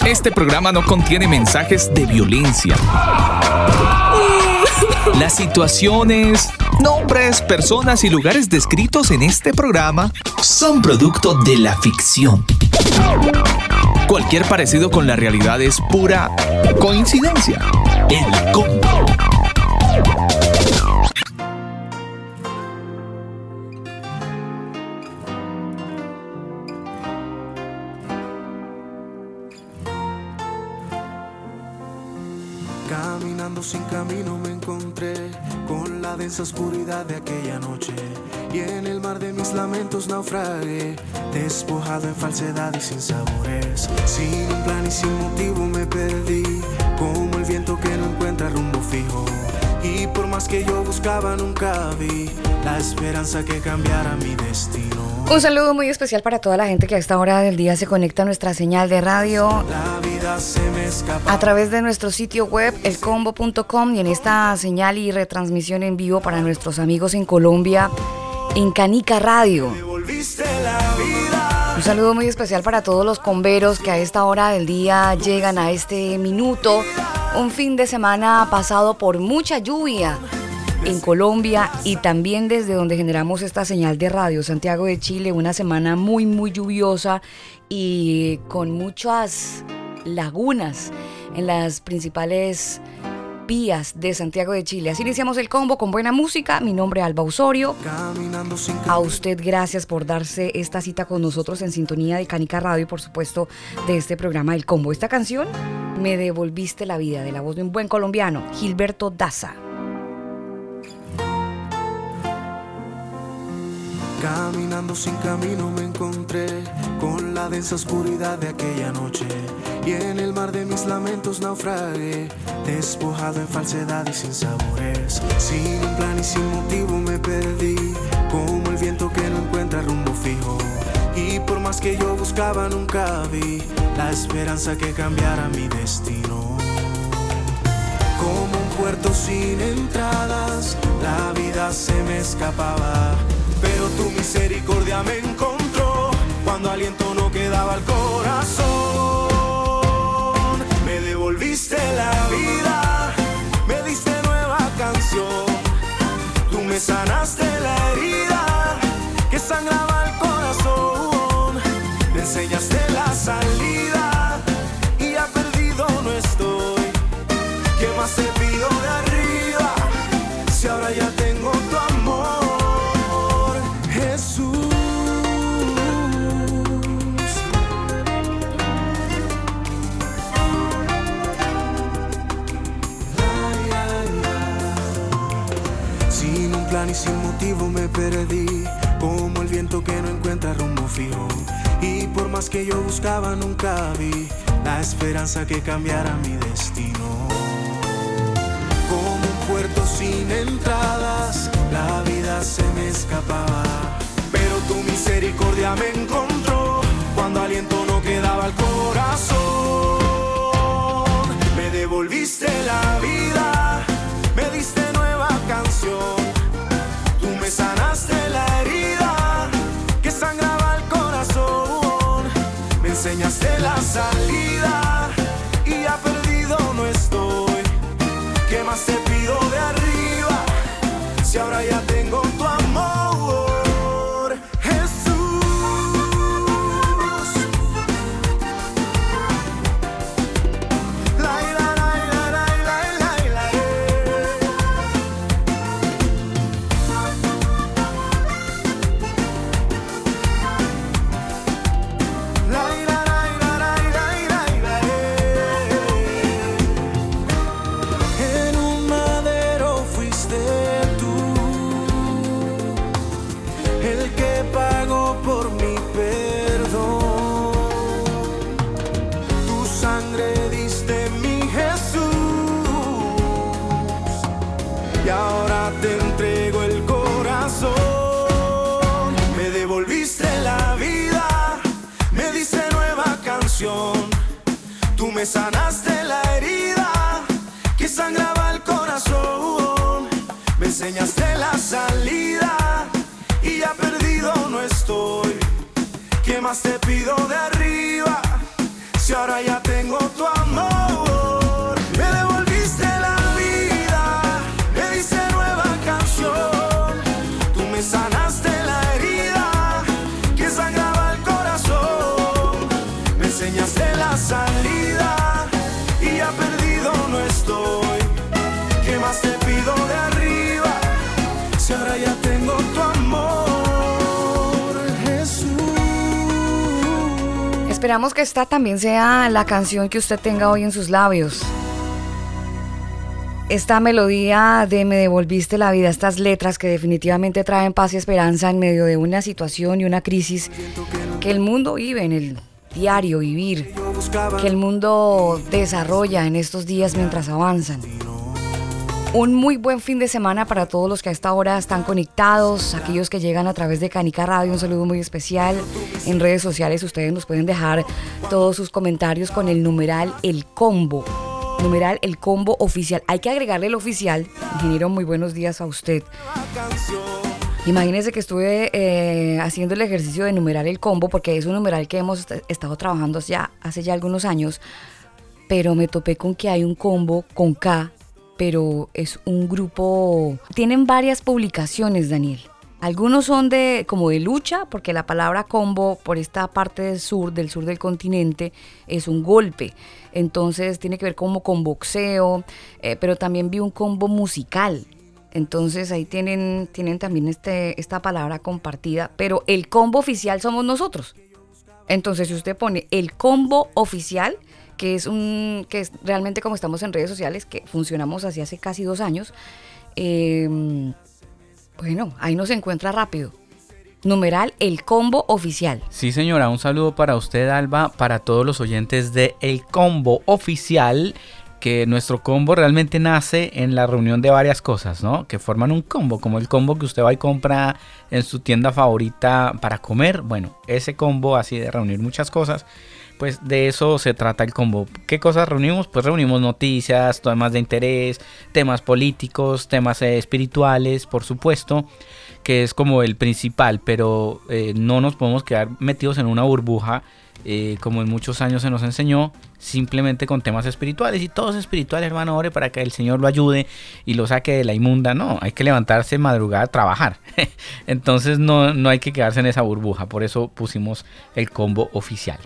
Este programa no contiene mensajes de violencia. Las situaciones, nombres, personas y lugares descritos en este programa son producto de la ficción. Cualquier parecido con la realidad es pura coincidencia. El Combo. Caminando sin camino me encontré con la densa oscuridad de aquella noche, y en el mar de mis lamentos naufragué, despojado en falsedad y sin sabores. Sin un plan y sin motivo me perdí, como el viento que no encuentra rumbo fijo. Y por más que yo buscaba nunca vi la esperanza que cambiara mi destino. Un saludo muy especial para toda la gente que a esta hora del día se conecta a nuestra señal de radio a través de nuestro sitio web elcombo.com, y en esta señal y retransmisión en vivo para nuestros amigos en Colombia en Canica Radio. Un saludo muy especial para todos los comberos que a esta hora del día llegan a este minuto. Un fin de semana pasado por mucha lluvia en Colombia, y también desde donde generamos esta señal de radio, Santiago de Chile, una semana muy lluviosa y con muchas lagunas en las principales vías de Santiago de Chile. Así iniciamos el combo con buena música. Mi nombre es Alba Osorio. A usted gracias por darse esta cita con nosotros en sintonía de Canica Radio y por supuesto de este programa El Combo. Esta canción, Me devolviste la vida, de la voz de un buen colombiano, Gilberto Daza. Caminando sin camino me encontré con la densa oscuridad de aquella noche, y en el mar de mis lamentos naufragué, despojado en falsedad y sin sabores. Sin un plan y sin motivo me perdí, como el viento que no encuentra rumbo fijo. Y por más que yo buscaba nunca vi la esperanza que cambiara mi destino. Como un puerto sin entradas, la vida se me escapaba, pero tu misericordia me encontró cuando aliento no quedaba al corazón. Me devolviste la vida, me diste nueva canción. Tú me sanaste la herida que sangraba el corazón. Me enseñaste la salida y ya perdido no estoy. ¿Qué más te pido de arriba si ahora ya tengo tu amor? Sin un plan y sin motivo me perdí, como el viento que no encuentra rumbo fijo. Y por más que yo buscaba nunca vi la esperanza que cambiara mi destino. Como un puerto sin entradas, la vida se me escapaba, pero tu misericordia me encontró cuando aliento no quedaba al corazón. Me devolviste la vida, me diste nueva canción. Tú me sanaste la herida que sangraba el corazón. Me enseñaste la salida y ya perdido no estoy. ¿Qué más te pido de arriba si ahora ya tengo tu amor, Jesús? Tú me sanaste la herida que sangraba el corazón. Me enseñaste la salida y ya perdido no estoy. ¿Qué más te pido de arriba si ahora ya tengo Esperamos que esta también sea la canción que usted tenga hoy en sus labios. Esta melodía de Me devolviste la vida, estas letras que definitivamente traen paz y esperanza en medio de una situación y una crisis que el mundo vive en el diario vivir, que el mundo desarrolla en estos días mientras avanzan. Un muy buen fin de semana para todos los que a esta hora están conectados, aquellos que llegan a través de Canica Radio, un saludo muy especial. En redes sociales ustedes nos pueden dejar todos sus comentarios con el numeral El Combo. Numeral El Combo oficial. Hay que agregarle el oficial. Ingeniero, muy buenos días a usted. Imagínense que estuve haciendo el ejercicio de numerar el combo, porque es un numeral que hemos estado trabajando hace ya algunos años, pero me topé con que hay un combo con K, pero es un grupo, tienen varias publicaciones, Daniel. Algunos son como de lucha, porque la palabra combo por esta parte del sur del continente es un golpe. Entonces tiene que ver como con boxeo, pero también vi un combo musical. Entonces ahí tienen también esta palabra compartida, pero el combo oficial somos nosotros. Entonces si usted pone el combo oficial, que es realmente como estamos en redes sociales, que funcionamos así hace casi 2 años, bueno, ahí nos encuentra rápido. Numeral El Combo Oficial. Sí, señora, un saludo para usted, Alba, para todos los oyentes de El Combo Oficial, que nuestro combo realmente nace en la reunión de varias cosas, ¿no? Que forman un combo, como el combo que usted va y compra en su tienda favorita para comer. Bueno, ese combo así de reunir muchas cosas, pues de eso se trata el combo. ¿Qué cosas reunimos? Pues reunimos noticias, temas de interés, temas políticos, temas espirituales, por supuesto, que es como el principal, pero no nos podemos quedar metidos en una burbuja, como en muchos años se nos enseñó, simplemente con temas espirituales. Y todo es espiritual, hermano, ore para que el Señor lo ayude y lo saque de la inmunda. No, hay que levantarse, madrugar, trabajar. Entonces no hay que quedarse en esa burbuja. Por eso pusimos el combo oficial.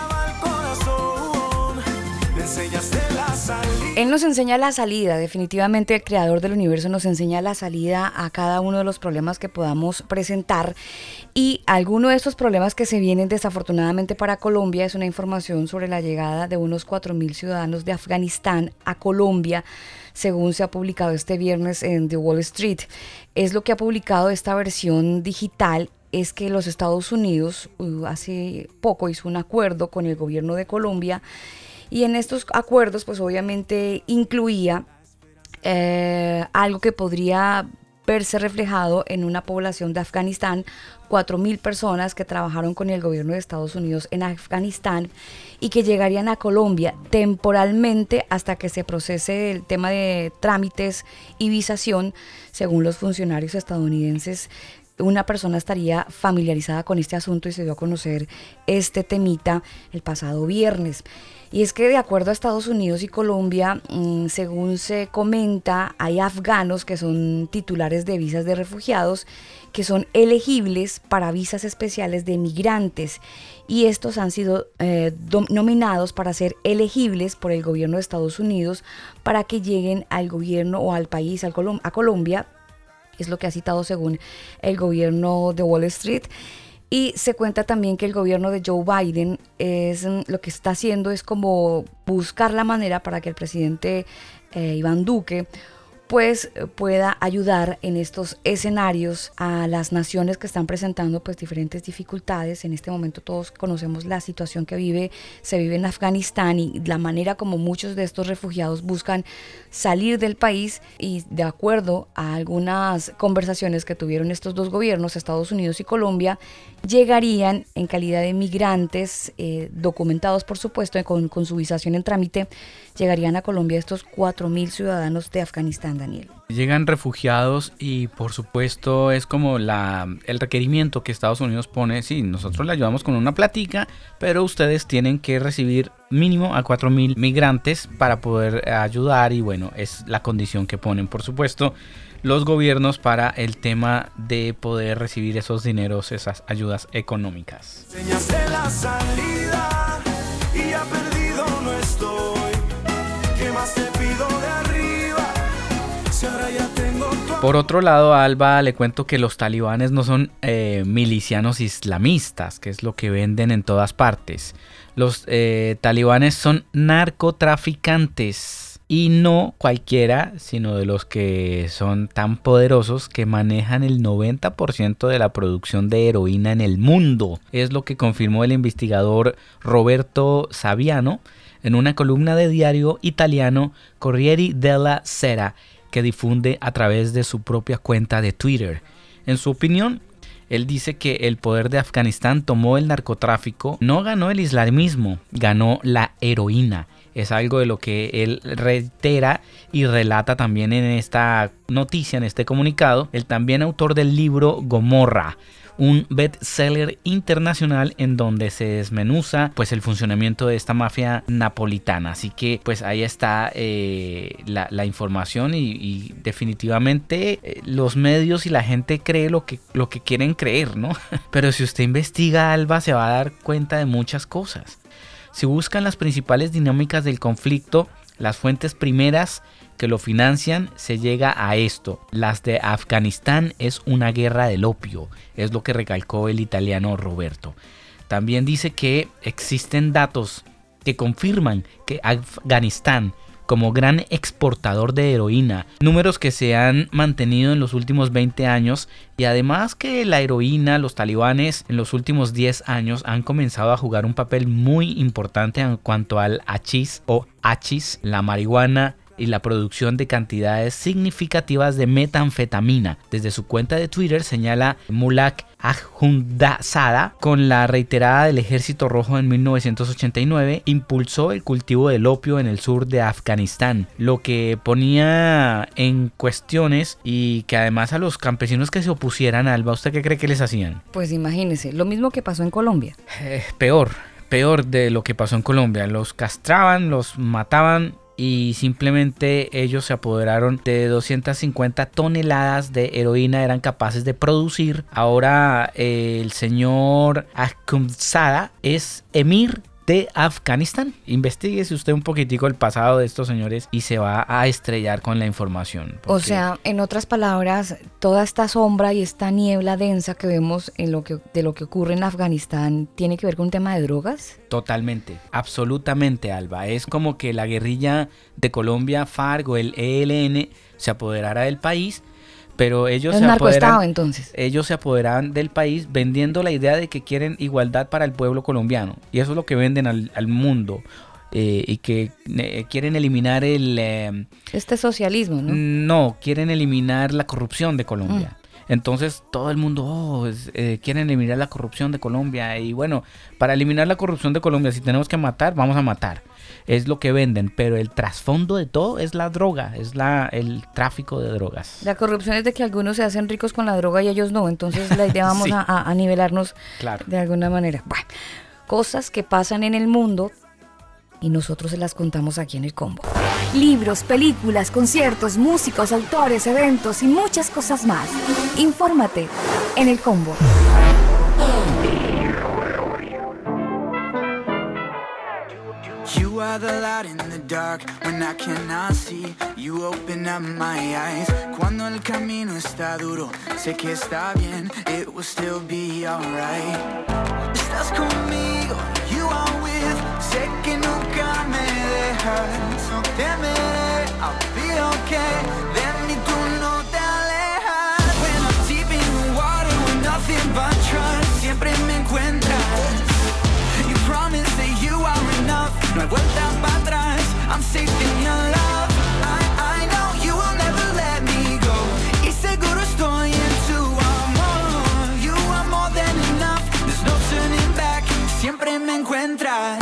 Él nos enseña la salida, definitivamente el creador del universo nos enseña la salida a cada uno de los problemas que podamos presentar, y alguno de estos problemas que se vienen desafortunadamente para Colombia es una información sobre la llegada de unos 4.000 ciudadanos de Afganistán a Colombia, según se ha publicado este viernes en The Wall Street. Es lo que ha publicado esta versión digital. Es que los Estados Unidos hace poco hizo un acuerdo con el gobierno de Colombia, y en estos acuerdos pues obviamente incluía algo que podría verse reflejado en una población de Afganistán, 4.000 personas que trabajaron con el gobierno de Estados Unidos en Afganistán y que llegarían a Colombia temporalmente hasta que se procese el tema de trámites y visación. Según los funcionarios estadounidenses, una persona estaría familiarizada con este asunto y se dio a conocer este temita el pasado viernes. Y es que de acuerdo a Estados Unidos y Colombia, según se comenta, hay afganos que son titulares de visas de refugiados que son elegibles para visas especiales de migrantes, y estos han sido nominados para ser elegibles por el gobierno de Estados Unidos para que lleguen al gobierno o al país, a Colombia. Es lo que ha citado según el gobierno de Wall Street. Y se cuenta también que el gobierno de Joe Biden lo que está haciendo es como buscar la manera para que el presidente Iván Duque pues pueda ayudar en estos escenarios a las naciones que están presentando pues diferentes dificultades. En este momento todos conocemos la situación que se vive en Afganistán y la manera como muchos de estos refugiados buscan salir del país, y de acuerdo a algunas conversaciones que tuvieron estos dos gobiernos, Estados Unidos y Colombia, llegarían en calidad de migrantes documentados por supuesto con su visación en trámite, llegarían a Colombia estos 4.000 ciudadanos de Afganistán, Daniel. Llegan refugiados y por supuesto es como el requerimiento que Estados Unidos pone. Sí, nosotros le ayudamos con una platica, pero ustedes tienen que recibir mínimo a 4.000 migrantes para poder ayudar, y bueno, es la condición que ponen por supuesto los gobiernos para el tema de poder recibir esos dineros, esas ayudas económicas. Enseñaste la salida y ya perdido no estoy. ¿Qué más te pido de arriba? Si ahora ya tengo tu Por otro lado, Alba, le cuento que los talibanes no son milicianos islamistas, que es lo que venden en todas partes. Los talibanes son narcotraficantes. Y no cualquiera, sino de los que son tan poderosos que manejan el 90% de la producción de heroína en el mundo. Es lo que confirmó el investigador Roberto Saviano en una columna de diario italiano Corriere della Sera que difunde a través de su propia cuenta de Twitter. En su opinión, él dice que el poder de Afganistán tomó el narcotráfico, no ganó el islamismo, ganó la heroína. Es algo de lo que él reitera y relata también en esta noticia, en este comunicado, el también autor del libro Gomorra, un bestseller internacional en donde se desmenuza pues el funcionamiento de esta mafia napolitana. Así que pues ahí está la información y definitivamente los medios y la gente cree lo que quieren creer, ¿no? Pero si usted investiga, Alba, se va a dar cuenta de muchas cosas. Si buscan las principales dinámicas del conflicto, las fuentes primeras que lo financian, se llega a esto. Las de Afganistán es una guerra del opio, es lo que recalcó el italiano Roberto. También dice que existen datos que confirman que Afganistán, como gran exportador de heroína, números que se han mantenido en los últimos 20 años, y además que la heroína, los talibanes en los últimos 10 años han comenzado a jugar un papel muy importante en cuanto al hachís o hachís, la marihuana y la producción de cantidades significativas de metanfetamina. Desde su cuenta de Twitter señala Mulak Ahundzada, con la reiterada del Ejército Rojo en 1989, impulsó el cultivo del opio en el sur de Afganistán, lo que ponía en cuestiones y que además a los campesinos que se opusieran, Alba, ¿usted qué cree que les hacían? Pues imagínese, lo mismo que pasó en Colombia. Peor de lo que pasó en Colombia. Los castraban, los mataban y simplemente ellos se apoderaron de 250 toneladas de heroína, eran capaces de producir. Ahora el señor Ahundzada es emir de Afganistán. Investíguese usted un poquitico el pasado de estos señores y se va a estrellar con la información. O sea, en otras palabras, toda esta sombra y esta niebla densa que vemos de lo que ocurre en Afganistán, ¿tiene que ver con un tema de drogas? Totalmente, absolutamente, Alba. Es como que la guerrilla de Colombia, FARC o el ELN, se apoderara del país. Pero ellos es narcoestado, entonces. Ellos se apoderaban del país vendiendo la idea de que quieren igualdad para el pueblo colombiano. Y eso es lo que venden al mundo. Y que quieren eliminar este socialismo, ¿no? No, quieren eliminar la corrupción de Colombia. Entonces todo el mundo quieren eliminar la corrupción de Colombia. Y bueno, para eliminar la corrupción de Colombia, si tenemos que matar, vamos a matar. Es lo que venden, pero el trasfondo de todo es la droga, es el tráfico de drogas. La corrupción es de que algunos se hacen ricos con la droga y ellos no. Entonces la idea vamos sí. a nivelarnos claro. De alguna manera. Bueno, cosas que pasan en el mundo y nosotros se las contamos aquí en El Combo. Libros, películas, conciertos, músicos, autores, eventos y muchas cosas más. Infórmate en El Combo. You are the light in the dark when I cannot see. You open up my eyes. Cuando el camino está duro, sé que está bien. It will still be alright. Estás conmigo, you are with. Sé que nunca me dejas. No temeré, I'll be okay. De mí tú no te alejas. When I'm deep in the water with nothing but trust, siempre me encuentras. You promise that you are enough. No hay vuelta para atrás. I'm safe in your love. I know you will never let me go. Y seguro estoy en tu amor. You are more than enough. There's no turning back. Siempre me encuentras.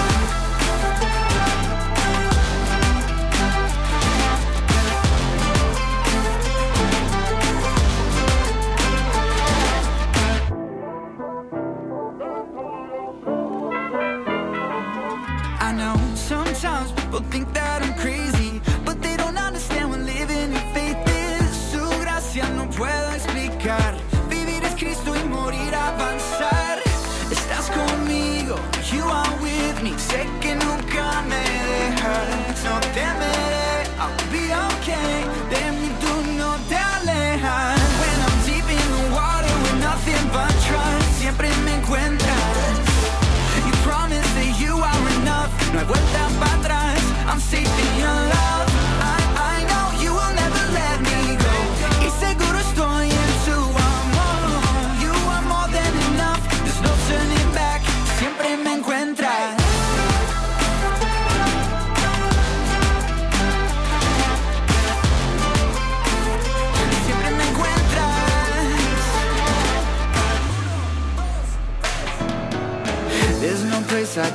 Sometimes people think that I'm crazy, but they don't understand what living in faith is. Su gracia no puedo explicar. Vivir es Cristo y morir avanzar. Estás conmigo, you are with me. Sé que nunca me dejas. No temeré, I'll be okay. De mí tú no te alejes.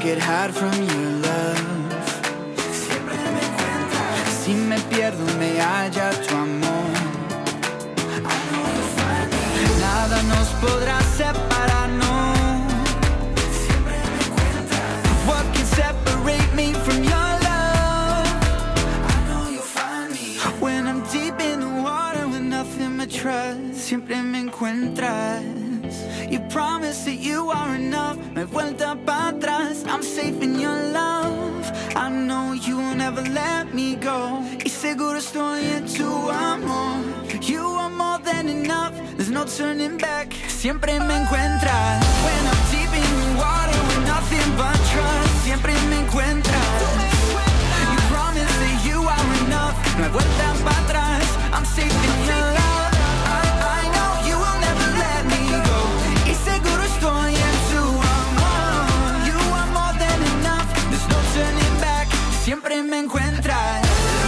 get hide from your love. Siempre me encuentras. Si me pierdo me halla tu amor. I know you'll find me. Nada nos podrá separarnos. Siempre me encuentras. What can separate me from your love? I know you'll find me. When I'm deep in the water with nothing but trust, siempre me encuentras. You promise that you are enough. Me vuelta para atrás. I'm safe in your love. I know you will never let me go. Y seguro estoy en tu amor. You are more than enough. There's no turning back. Siempre me encuentras. When I'm deep in the water with nothing but trust, siempre me encuentras. You promise that you are enough. No hay vuelta para atrás. I'm safe in your love. I know you will never let me go. Y seguro estoy en tu amor. You are more than enough. There's no turning back. Siempre me encuentras.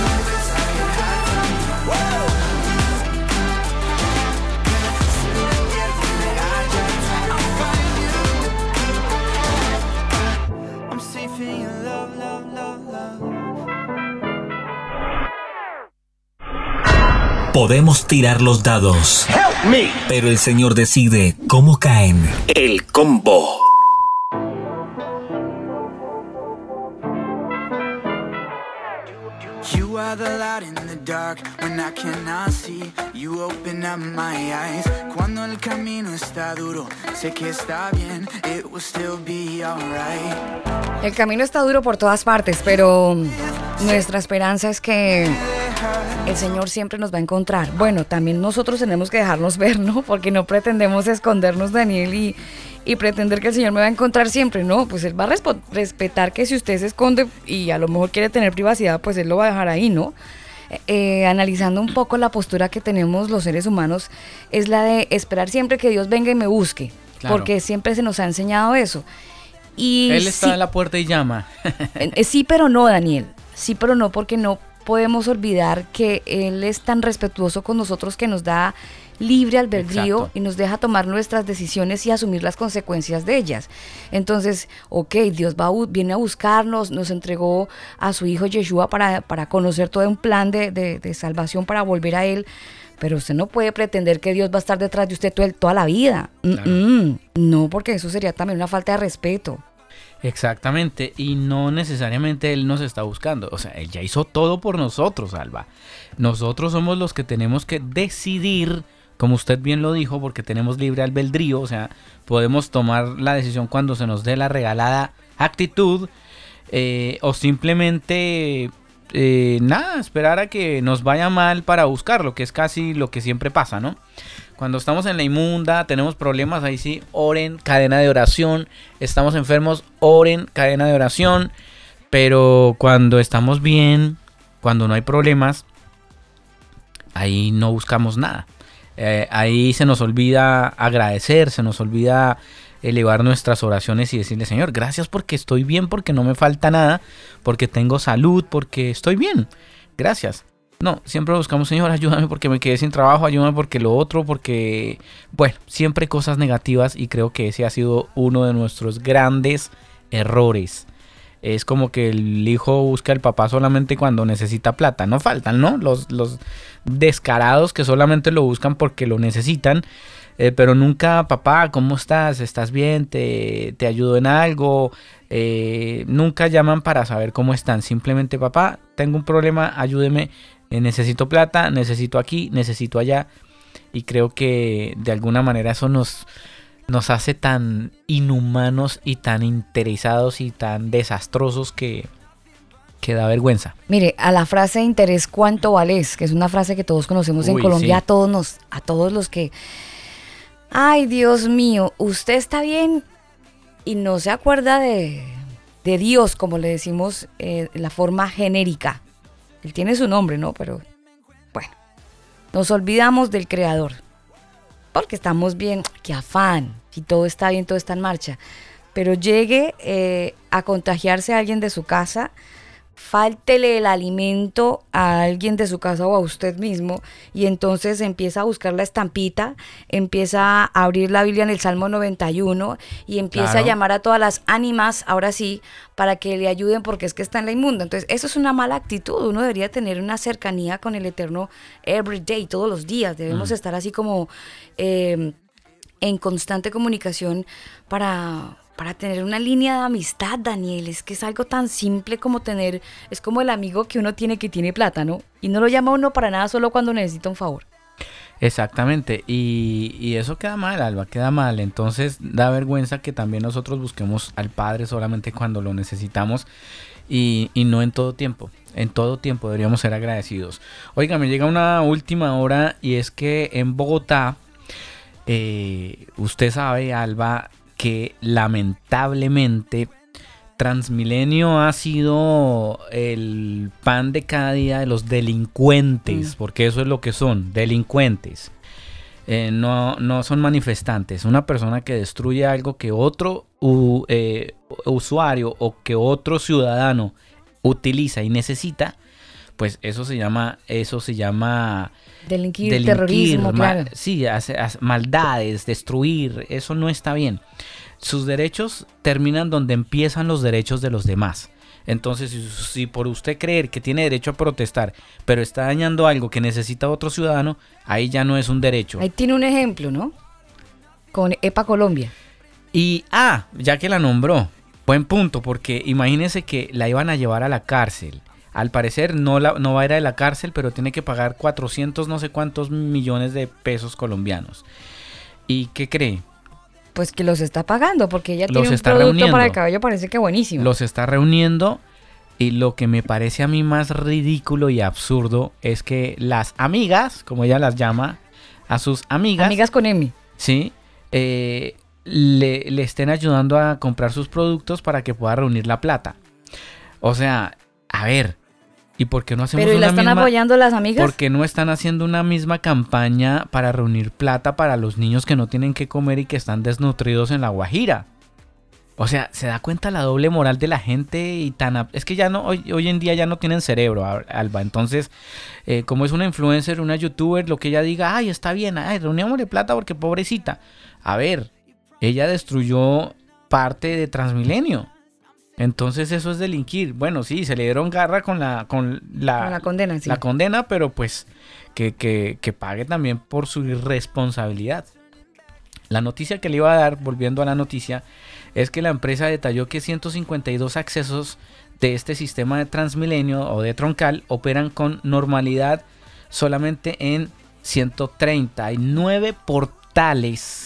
I'm safe in your love, love, love, love. Podemos tirar los dados, pero el señor decide cómo caen. El combo. You are the light in the dark when I cannot see. You open up my eyes. Cuando el camino está duro, sé que está bien. It will still be alright. El camino está duro por todas partes, pero nuestra esperanza es que el Señor siempre nos va a encontrar. Bueno, también nosotros tenemos que dejarnos ver, ¿no? Porque no pretendemos escondernos, Daniel, y pretender que el Señor me va a encontrar siempre, ¿no? Pues Él va a respetar que si usted se esconde y a lo mejor quiere tener privacidad, pues Él lo va a dejar ahí, ¿no? Analizando un poco la postura que tenemos los seres humanos, es la de esperar siempre que Dios venga y me busque, claro. Porque siempre se nos ha enseñado eso. Y Él está en la puerta y llama. Sí, pero no, Daniel. Sí, pero no, porque no podemos olvidar que Él es tan respetuoso con nosotros que nos da libre albedrío. Exacto. Y nos deja tomar nuestras decisiones y asumir las consecuencias de ellas. Entonces, ok, Dios viene a buscarnos, nos entregó a su hijo Yeshua para conocer todo un plan de salvación para volver a Él. Pero usted no puede pretender que Dios va a estar detrás de usted toda la vida. Claro. No, porque eso sería también una falta de respeto. Exactamente, y no necesariamente Él nos está buscando, o sea, Él ya hizo todo por nosotros, Alba. Nosotros somos los que tenemos que decidir, como usted bien lo dijo, porque tenemos libre albedrío, o sea, podemos tomar la decisión cuando se nos dé la regalada actitud, o simplemente, esperar a que nos vaya mal para buscarlo, que es casi lo que siempre pasa, ¿no? Cuando estamos en la inmunda, tenemos problemas, ahí sí, oren, cadena de oración. Estamos enfermos, oren, cadena de oración. Pero cuando estamos bien, cuando no hay problemas, ahí no buscamos nada. Ahí se nos olvida agradecer, se nos olvida elevar nuestras oraciones y decirle, Señor, gracias porque estoy bien, porque no me falta nada, porque tengo salud, porque estoy bien. Gracias. No, siempre buscamos, Señor, ayúdame porque me quedé sin trabajo, ayúdame porque lo otro, porque, bueno, siempre cosas negativas, y creo que ese ha sido uno de nuestros grandes errores. Es como que el hijo busca al papá solamente cuando necesita plata. No faltan, ¿no? Los descarados que solamente lo buscan porque lo necesitan, pero nunca, papá, ¿cómo estás? ¿Estás bien? ¿Te ayudo en algo? Nunca llaman para saber cómo están. Simplemente, papá, tengo un problema, ayúdeme. Necesito plata, necesito aquí, necesito allá. Y creo que de alguna manera eso nos hace tan inhumanos y tan interesados y tan desastrosos que da vergüenza. Mire, a la frase interés cuánto vales, que es una frase que todos conocemos en Colombia, sí. A todos los que, ay Dios mío, usted está bien y no se acuerda de Dios, como le decimos, la forma genérica. Él tiene su nombre, ¿no? Pero, bueno, nos olvidamos del Creador. Porque estamos bien, qué afán, si todo está bien, todo está en marcha. Pero llegue a contagiarse a alguien de su casa fáltele el alimento a alguien de su casa o a usted mismo, y entonces empieza a buscar la estampita, empieza a abrir la Biblia en el Salmo 91 y empieza Claro. a llamar a todas las ánimas, ahora sí, para que le ayuden porque es que está en la inmunda. Entonces eso es una mala actitud. Uno debería tener una cercanía con el Eterno every day, todos los días. Debemos estar así como en constante comunicación para tener una línea de amistad, Daniel. Es que es algo tan simple como tener, es como el amigo que uno tiene que tiene plata, ¿no? Y no lo llama a uno para nada, solo cuando necesita un favor. Exactamente, y eso queda mal, Alba, queda mal. Entonces da vergüenza que también nosotros busquemos al Padre solamente cuando lo necesitamos y no en todo tiempo. En todo tiempo deberíamos ser agradecidos. Oiga, me llega una última hora y es que en Bogotá, usted sabe, Alba, que lamentablemente Transmilenio ha sido el pan de cada día de los delincuentes, porque eso es lo que son, delincuentes. No son manifestantes. Una persona que destruye algo que otro usuario o que otro ciudadano utiliza y necesita, pues eso se llama Delinquir, terrorismo, claro. Sí, maldades, destruir, eso no está bien. Sus derechos terminan donde empiezan los derechos de los demás. Entonces, si por usted creer que tiene derecho a protestar, pero está dañando algo que necesita otro ciudadano, ahí ya no es un derecho. Ahí tiene un ejemplo, ¿no? Con EPA Colombia. Y, ya que la nombró, buen punto, porque imagínese que la iban a llevar a la cárcel. Al parecer no va a ir a la cárcel, pero tiene que pagar 400 no sé cuántos millones de pesos colombianos. ¿Y qué cree? Pues que los está pagando, porque ella Los tiene un está producto reuniendo. para el cabello, parece que buenísimo. Los está reuniendo, y lo que me parece a mí más ridículo y absurdo es que las amigas, como ella las llama, a sus amigas... Amigas con M. Sí, le estén ayudando a comprar sus productos para que pueda reunir la plata. O sea, a ver, ¿y por qué no hacemos Pero ¿y la una están misma... apoyando las amigas? ¿Por qué no están haciendo una misma campaña para reunir plata para los niños que no tienen que comer y que están desnutridos en La Guajira? O sea, ¿se da cuenta la doble moral de la gente? Y es que ya no, hoy en día ya no tienen cerebro, Alba. Entonces, como es una influencer, una youtuber, lo que ella diga, ay, está bien, ay, reunémosle plata porque pobrecita. A ver, ella destruyó parte de Transmilenio. Entonces eso es delinquir. Bueno, sí, se le dieron garra con la condena, sí. La condena, pero pues que pague también por su irresponsabilidad. La noticia que le iba a dar, volviendo a la noticia, es que la empresa detalló que 152 accesos de este sistema de Transmilenio o de troncal operan con normalidad solamente en 139 portales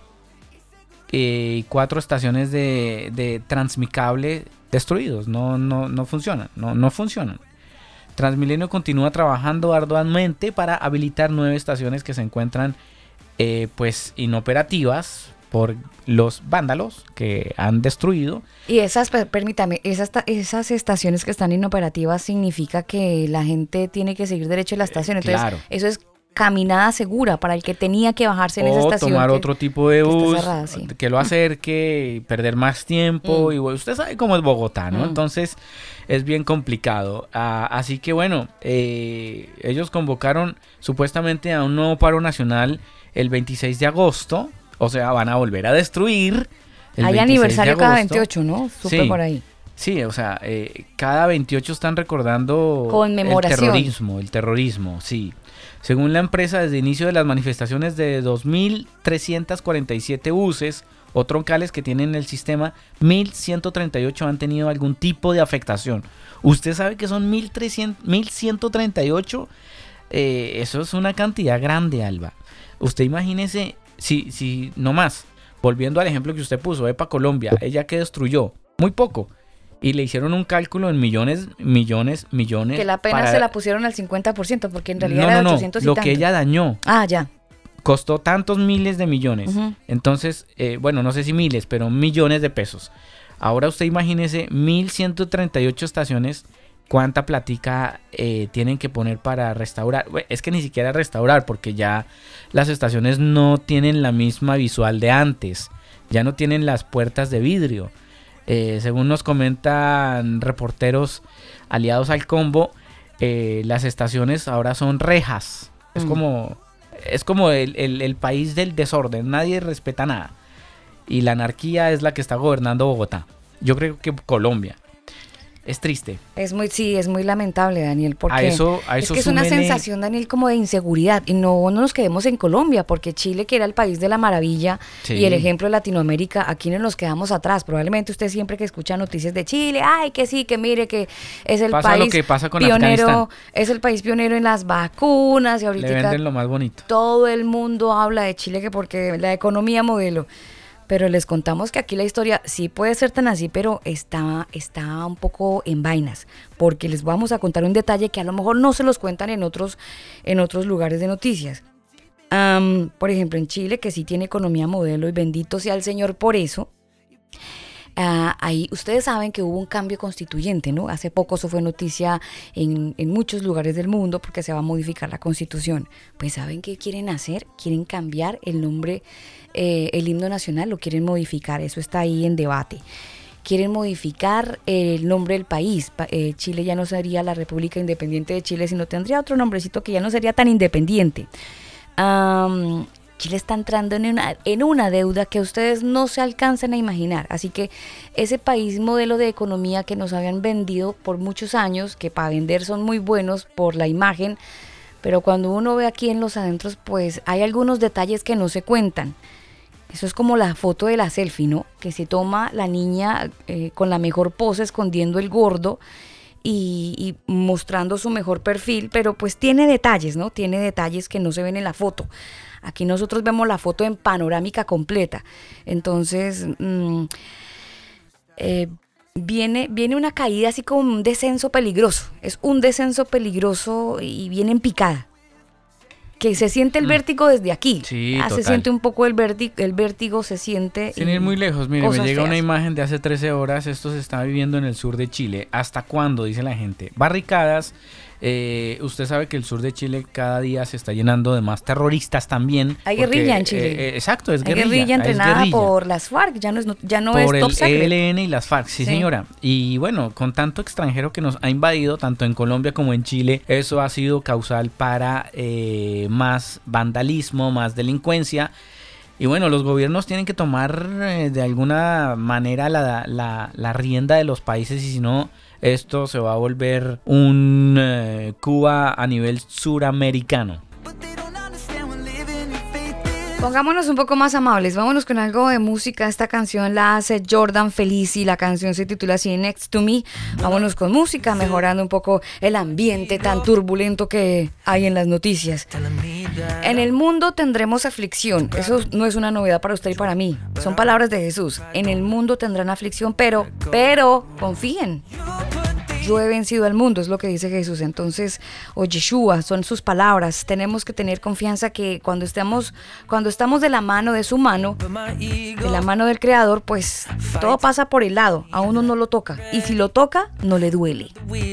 y 4 estaciones de Transmicable destruidos. No funcionan, no funcionan. Transmilenio continúa trabajando arduamente para habilitar 9 estaciones que se encuentran pues inoperativas por los vándalos que han destruido. Y permítame, esas estaciones que están inoperativas significa que la gente tiene que seguir derecho a la estación. Entonces, claro. Eso es caminada segura para el que tenía que bajarse en esa estación. O tomar otro tipo de bus cerrada, sí. que lo acerque, perder más tiempo. Y usted sabe cómo es Bogotá, ¿no? Entonces es bien complicado. Así que bueno, ellos convocaron supuestamente a un nuevo paro nacional el 26 de agosto. O sea, van a volver a destruir. Hay aniversario cada 28, ¿no? Supe por ahí. Sí, o sea, cada 28 están recordando conmemoración. el terrorismo, sí. Según la empresa, desde el inicio de las manifestaciones de 2.347 buses o troncales que tienen el sistema, 1.138 han tenido algún tipo de afectación. ¿Usted sabe que son 1.138? Eso es una cantidad grande, Alba. Usted imagínese, si no más, volviendo al ejemplo que usted puso, EPA Colombia, ella que destruyó muy poco. Y le hicieron un cálculo en millones. Que la pena se la pusieron al 50%, porque en realidad era 800 y lo tanto. que ella dañó. Ya. Costó tantos miles de millones. Entonces, no sé si miles, pero millones de pesos. Ahora usted imagínese 1.138 estaciones. ¿Cuánta platica tienen que poner para restaurar? Es que ni siquiera restaurar, porque ya las estaciones no tienen la misma visual de antes. Ya no tienen las puertas de vidrio. Según nos comentan reporteros aliados al combo, las estaciones ahora son rejas. Es como el país del desorden, nadie respeta nada. Y la anarquía es la que está gobernando Bogotá. Yo creo que Colombia. Es triste. Es muy lamentable, Daniel, porque es que es una sensación, Daniel, como de inseguridad. Y no nos quedemos en Colombia, porque Chile, que era el país de la maravilla y el ejemplo de Latinoamérica, aquí no nos quedamos atrás. Probablemente usted siempre que escucha noticias de Chile, ay, que sí, que mire, que es el pasa país lo que pasa con pionero, Afganistán. Es el país pionero en las vacunas y ahorita le venden lo más bonito. Todo el mundo habla de Chile que porque la economía modelo. Pero les contamos que aquí la historia sí puede ser tan así, pero está un poco en vainas, porque les vamos a contar un detalle que a lo mejor no se los cuentan en otros lugares de noticias. Por ejemplo, en Chile, que sí tiene economía modelo, y bendito sea el Señor por eso. Ahí ustedes saben que hubo un cambio constituyente, ¿no? Hace poco eso fue noticia en muchos lugares del mundo porque se va a modificar la Constitución. Pues ¿saben qué quieren hacer? Quieren cambiar el nombre, el himno nacional, lo quieren modificar, eso está ahí en debate. Quieren modificar el nombre del país. Chile ya no sería la República Independiente de Chile, sino tendría otro nombrecito que ya no sería tan independiente. Chile está entrando en una deuda que ustedes no se alcanzan a imaginar. Así que ese país modelo de economía que nos habían vendido por muchos años, que para vender son muy buenos por la imagen, pero cuando uno ve aquí en los adentros, pues hay algunos detalles que no se cuentan. Eso es como la foto de la selfie, ¿no? Que se toma la niña con la mejor pose, escondiendo el gordo y mostrando su mejor perfil, pero pues tiene detalles, ¿no? Tiene detalles que no se ven en la foto. Aquí nosotros vemos la foto en panorámica completa. Entonces, viene una caída así como un descenso peligroso. Es un descenso peligroso y viene en picada. Que se siente el vértigo desde aquí. Sí, se siente un poco el vértigo se siente. Sin ir muy lejos, mire, me llega feas. una imagen de hace 13 horas. Esto se está viviendo en el sur de Chile. ¿Hasta cuándo? Dice la gente. Barricadas. Usted sabe que el sur de Chile cada día se está llenando de más terroristas también. Hay guerrilla en Chile. Exacto, es Hay guerrilla. guerrilla entrenada por las FARC, ya no es por top el secret. ELN y las FARC, sí señora. Y bueno, con tanto extranjero que nos ha invadido, tanto en Colombia como en Chile, eso ha sido causal para más vandalismo, más delincuencia. Y bueno, los gobiernos tienen que tomar de alguna manera la rienda de los países, y si no, esto se va a volver un Cuba a nivel suramericano. Pongámonos un poco más amables, vámonos con algo de música. Esta canción la hace Jordan Felici, la canción se titula así, Next to Me. Vámonos con música, mejorando un poco el ambiente tan turbulento que hay en las noticias. En el mundo tendremos aflicción, eso no es una novedad para usted y para mí, son palabras de Jesús. En el mundo tendrán aflicción, pero confíen. Yo he vencido al mundo, es lo que dice Jesús. Entonces, o Yeshua, son sus palabras. Tenemos que tener confianza que cuando estamos de la mano de su mano, de la mano del Creador, pues todo pasa por el lado, a uno no lo toca. Y si lo toca, no le duele.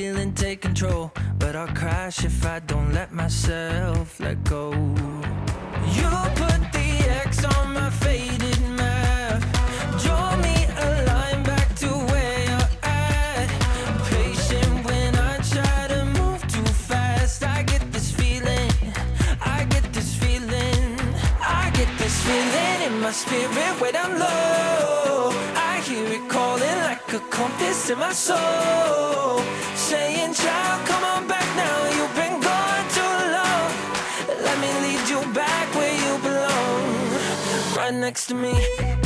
My spirit when I'm low, I hear it calling like a compass in my soul, saying, child, come on back now, you've been gone too long, let me lead you back where you belong, right next to me,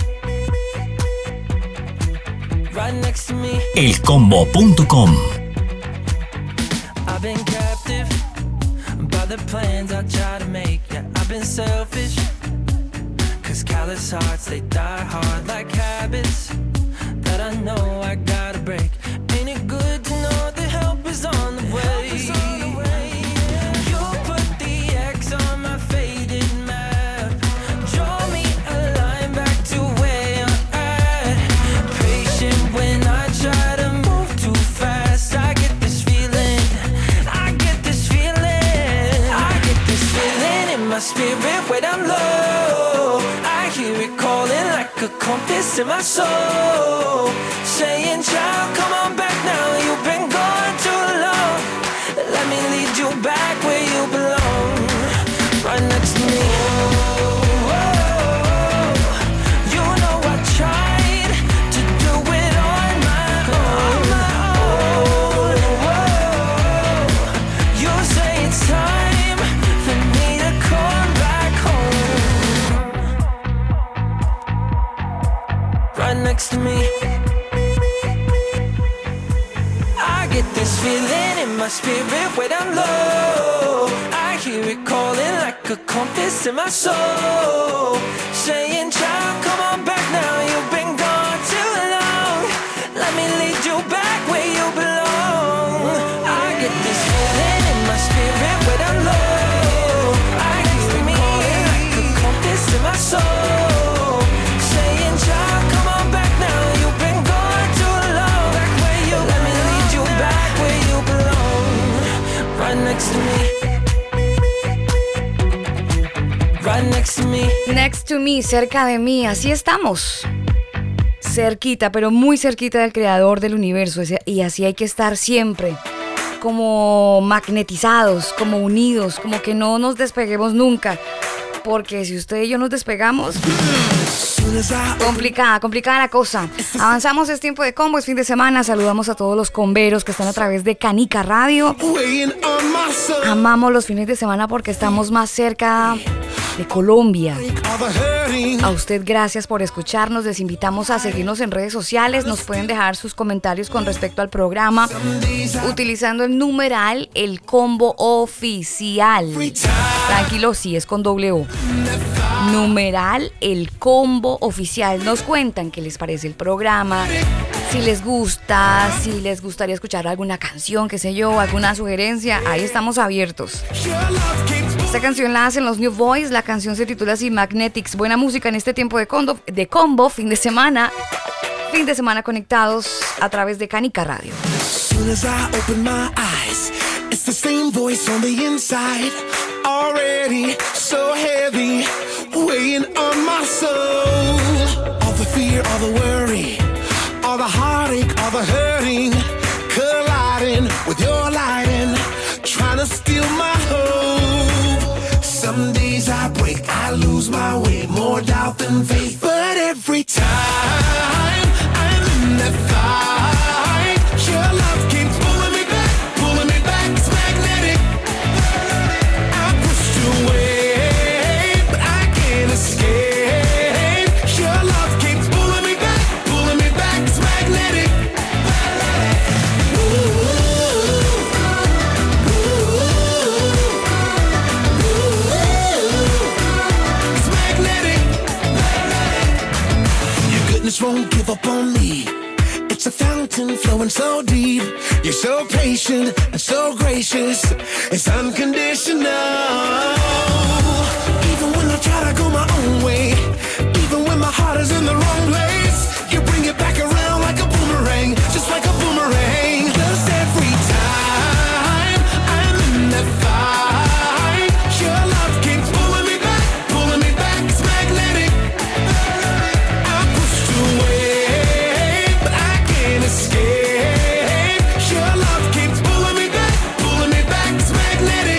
right next to me. elcombo.com. I've been captive by the plans I try to make, yeah, I've been selfish. Callous hearts, they die hard like habits that I know I gotta break. Ain't it good to know the help is on the way? You put the X on my faded map, draw me a line back to where I'm at. Patient when I try to move too fast. I get this feeling, I get this feeling, I get this feeling in my spirit when I'm low. Hear it calling like a compass in my soul, saying, child, come on back now. You've been gone too long. Let me lead you back where you belong, right next to me. You know I tried to do it on my own. You say it's time for me to come back home, right next to me. I get this feeling in my spirit when I'm low. I hear it calling like a compass in my soul, saying, child, come on back now. You've been gone too long. Let me lead you back where you belong. I get this feeling in my spirit when I'm low. I hear it calling like a compass in my soul, saying, child, come on back now. You've been gone too long. Back where you let me lead you back where you belong, right next to me. Right next to me. Next to me, cerca de mí, así estamos. Cerquita, pero muy cerquita del creador del universo. Y así hay que estar siempre. Como magnetizados, como unidos, como que no nos despeguemos nunca. Porque si usted y yo nos despegamos, complicada la cosa. Avanzamos, es tiempo de combo, es fin de semana. Saludamos a todos los comberos que están a través de Canica Radio. Amamos los fines de semana porque estamos más cerca de Colombia. A usted, gracias por escucharnos. Les invitamos a seguirnos en redes sociales. Nos pueden dejar sus comentarios con respecto al programa utilizando el numeral El Combo Oficial. Tranquilo, sí, es con W. Numeral El Combo Oficial. Nos cuentan qué les parece el programa, si les gusta, si les gustaría escuchar alguna canción, qué sé yo, alguna sugerencia. Ahí estamos abiertos. Esta canción la hacen los New Boys. La canción se titula así, Magnetics. Buena música en este tiempo de combo, fin de semana conectados a través de Canica Radio. It's the same voice on the inside, already so heavy, weighing on my soul. All the fear, all the worry, all the heartache, all the hurting, colliding with your lighting, trying to steal my hope. Some days I break, I lose my way, more doubt than faith. But every time I'm in that fight, your love keeps pulling me back, pulling me back. It's magnetic. I pushed away, but I can't escape. Your love keeps pulling me back, pulling me back. It's magnetic. It's magnetic. Your goodness won't give up on me. It's a fountain flowing so deep. You're so patient and so gracious. It's unconditional. Even when I try to go my own way, even when my heart is in the wrong place, you bring it back around like a boomerang, just like a boomerang. 'Cause every time I'm in that fight, your love keeps pulling me back, pulling me back. It's magnetic. I pushed away, but I can't escape. Your love keeps pulling me back, pulling me back. It's magnetic.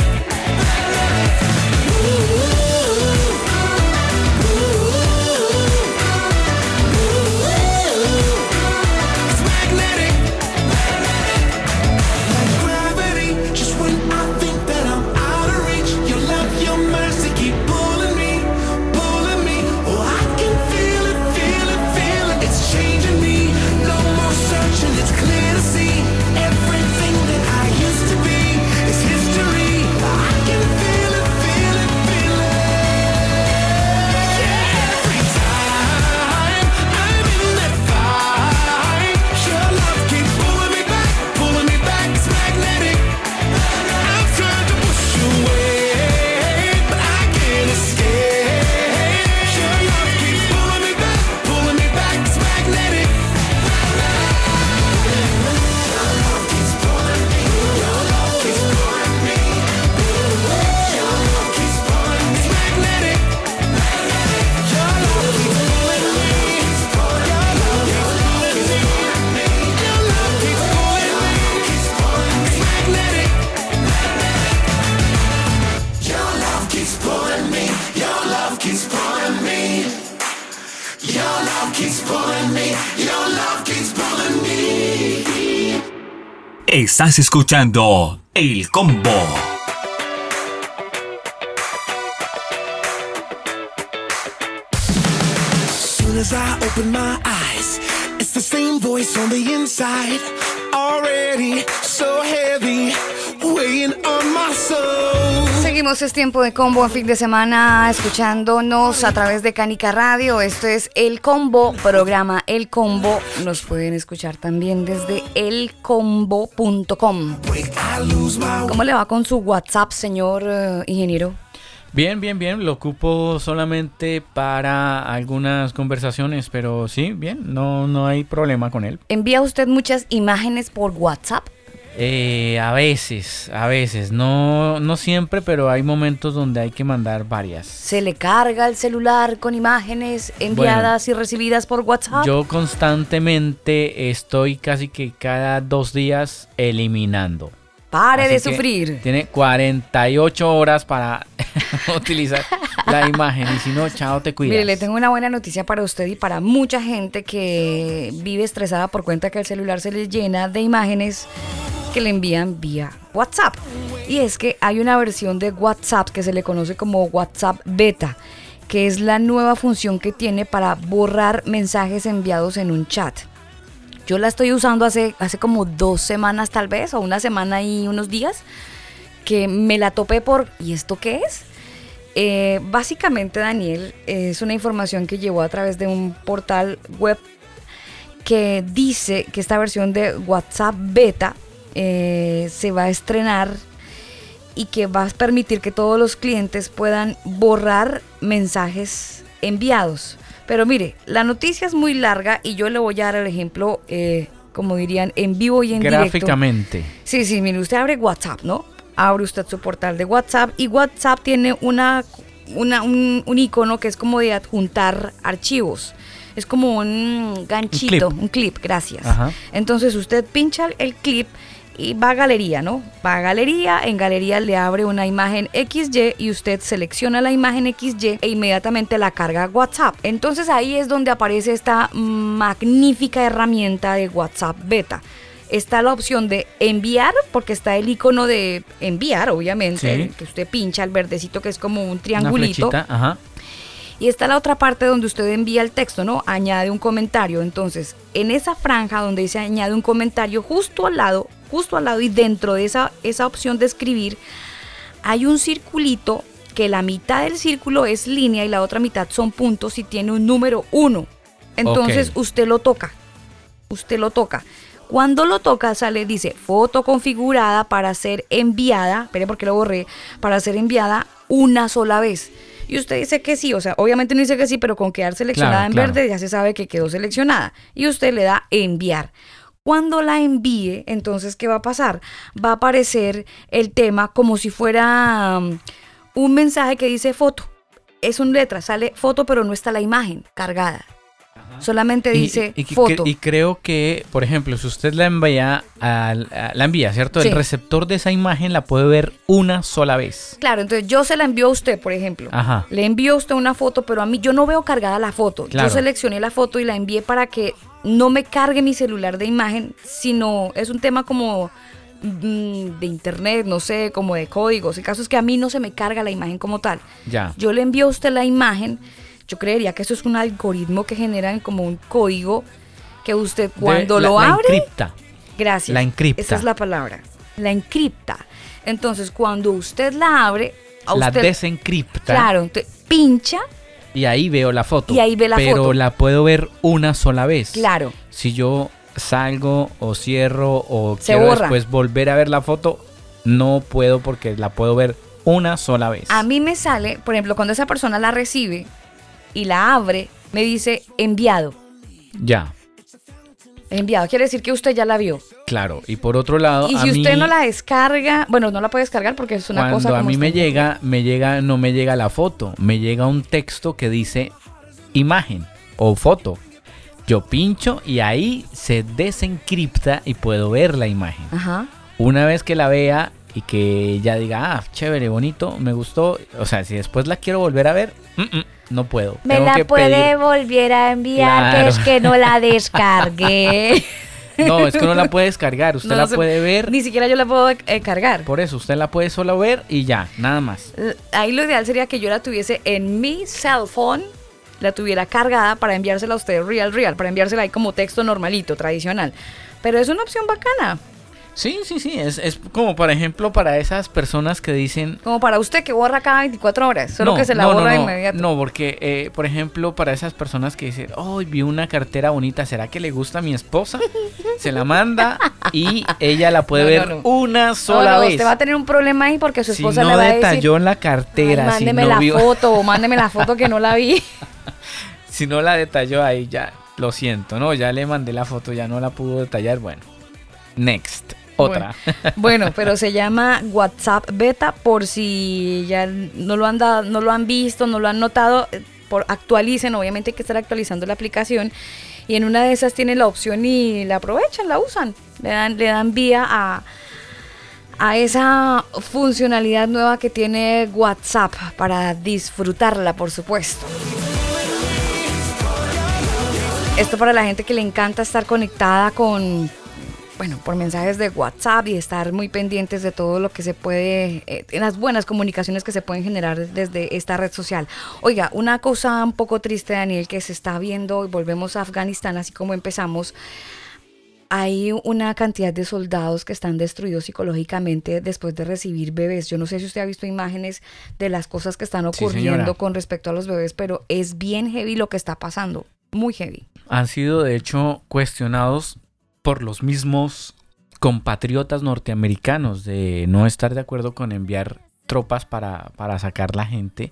Estás escuchando El Combo. Soon as I open my eyes, it's the same voice on the inside, already so heavy, weighing on my soul. Seguimos, es tiempo de combo en fin de semana, escuchándonos a través de Canica Radio. Esto es El Combo, programa El Combo. Nos pueden escuchar también desde elcombo.com. ¿Cómo le va con su WhatsApp, señor ingeniero? Bien, lo ocupo solamente para algunas conversaciones, pero sí, bien, no hay problema con él. ¿Envía usted muchas imágenes por WhatsApp? A veces, no siempre, pero hay momentos donde hay que mandar varias. ¿Se le carga el celular con imágenes enviadas y recibidas por WhatsApp? Yo constantemente estoy casi que cada 2 días eliminando. Pare de sufrir. Tiene 48 horas para utilizar la imagen y si no, chao, te cuidas. Mire, le tengo una buena noticia para usted y para mucha gente que vive estresada por cuenta que el celular se le llena de imágenes que le envían vía WhatsApp. Y es que hay una versión de WhatsApp que se le conoce como WhatsApp Beta, que es la nueva función que tiene para borrar mensajes enviados en un chat. Yo la estoy usando hace como 2 semanas tal vez, o 1 semana y unos días, que me la topé por... ¿Y esto qué es? Básicamente, Daniel, es una información que llegó a través de un portal web que dice que esta versión de WhatsApp Beta se va a estrenar y que va a permitir que todos los clientes puedan borrar mensajes enviados. Pero mire, la noticia es muy larga y yo le voy a dar el ejemplo, como dirían, en vivo y en gráficamente. Directo. Sí, mire, usted abre WhatsApp, ¿no? Abre usted su portal de WhatsApp y WhatsApp tiene un icono que es como de adjuntar archivos. Es como un ganchito, un clip, gracias. Ajá. Entonces usted pincha el clip y va a galería, ¿no? Va a galería, en galería le abre una imagen XY y usted selecciona la imagen XY e inmediatamente la carga a WhatsApp. Entonces ahí es donde aparece esta magnífica herramienta de WhatsApp Beta. Está la opción de enviar, porque está el icono de enviar, obviamente, sí, que usted pincha el verdecito que es como un triangulito. Una flechita, ajá. Y está la otra parte donde usted envía el texto, ¿no? Añade un comentario. Entonces, en esa franja donde dice añade un comentario, justo al lado y dentro de esa opción de escribir, hay un circulito que la mitad del círculo es línea y la otra mitad son puntos y tiene un número 1. Entonces, usted lo toca. Cuando lo toca, dice foto configurada para ser enviada. Espere, porque lo borré. Para ser enviada una sola vez. Y usted dice que sí, o sea, obviamente no dice que sí, pero con quedar seleccionada en verde ya se sabe que quedó seleccionada. Y usted le da enviar. Cuando la envíe, entonces, ¿qué va a pasar? Va a aparecer el tema como si fuera un mensaje que dice foto. Es una letra, sale foto, pero no está la imagen cargada. Solamente dice foto. Y creo que, por ejemplo, si usted la envía, ¿cierto? Sí. El receptor de esa imagen la puede ver una sola vez. Claro, entonces yo se la envío a usted, por ejemplo. Ajá. Le envío a usted una foto, pero a mí yo no veo cargada la foto. Claro. Yo seleccioné la foto y la envié para que no me cargue mi celular de imagen, sino es un tema como de internet, no sé, como de códigos. El caso es que a mí no se me carga la imagen como tal. Ya. Yo le envío a usted la imagen. Yo creería que eso es un algoritmo que generan como un código que usted cuando lo abre... La encripta. Gracias. La encripta. Esa es la palabra. La encripta. Entonces, cuando usted la abre... La usted, desencripta. Claro, entonces pincha... Y ahí veo la foto. Y ahí ve la foto. Pero la puedo ver una sola vez. Claro. Si yo salgo o cierro o Se quiero borra. después volver a ver la foto, no puedo porque la puedo ver una sola vez. A mí me sale, por ejemplo, cuando esa persona la recibe y la abre, me dice enviado. Ya. Enviado, quiere decir que usted ya la vio. Claro, y por otro lado, Y si usted no la descarga, bueno, no la puede descargar porque es una cuando cosa como... a mí está no me llega la foto, me llega un texto que dice imagen o foto. Yo pincho y ahí se desencripta y puedo ver la imagen. Ajá. Una vez que la vea y que ya diga, chévere, bonito, me gustó. O sea, si después la quiero volver a ver, no puedo. Me Tengo la que puede pedir. volver a enviar, Claro. que es que no la descargué. No, es que no la puede descargar, usted la puede ver. Ni siquiera yo la puedo cargar. Por eso, usted la puede solo ver y ya, nada más. Ahí lo ideal sería que yo la tuviese en mi cell phone, la tuviera cargada para enviársela a usted real, para enviársela ahí como texto normalito, tradicional. Pero es una opción bacana. Sí, es como por ejemplo para esas personas que dicen... Como para usted que borra cada 24 horas, solo que se la borra de inmediato. No, porque por ejemplo para esas personas que dicen, vi una cartera bonita, ¿será que le gusta a mi esposa? Se la manda y ella la puede ver una sola vez. Usted va a tener un problema ahí porque su esposa si le va a decir... Si no detalló la cartera, mándeme la foto que no la vi. Si no la detalló ahí ya, lo siento, no, ya le mandé la foto, ya no la pudo detallar, bueno. Next. Otra. Bueno, pero se llama WhatsApp Beta, por si ya no lo han visto, no lo han notado, actualicen, obviamente hay que estar actualizando la aplicación y en una de esas tienen la opción y la aprovechan, la usan, le dan vía a esa funcionalidad nueva que tiene WhatsApp para disfrutarla, por supuesto. Esto para la gente que le encanta estar conectada por mensajes de WhatsApp y estar muy pendientes de todo lo que se puede, las buenas comunicaciones que se pueden generar desde esta red social. Oiga, una cosa un poco triste, Daniel, que se está viendo, y volvemos a Afganistán, así como empezamos, hay una cantidad de soldados que están destruidos psicológicamente después de recibir bebés. Yo no sé si usted ha visto imágenes de las cosas que están ocurriendo con respecto a los bebés, pero es bien heavy lo que está pasando, muy heavy. Han sido, de hecho, cuestionados por los mismos compatriotas norteamericanos de no estar de acuerdo con enviar tropas para sacar la gente.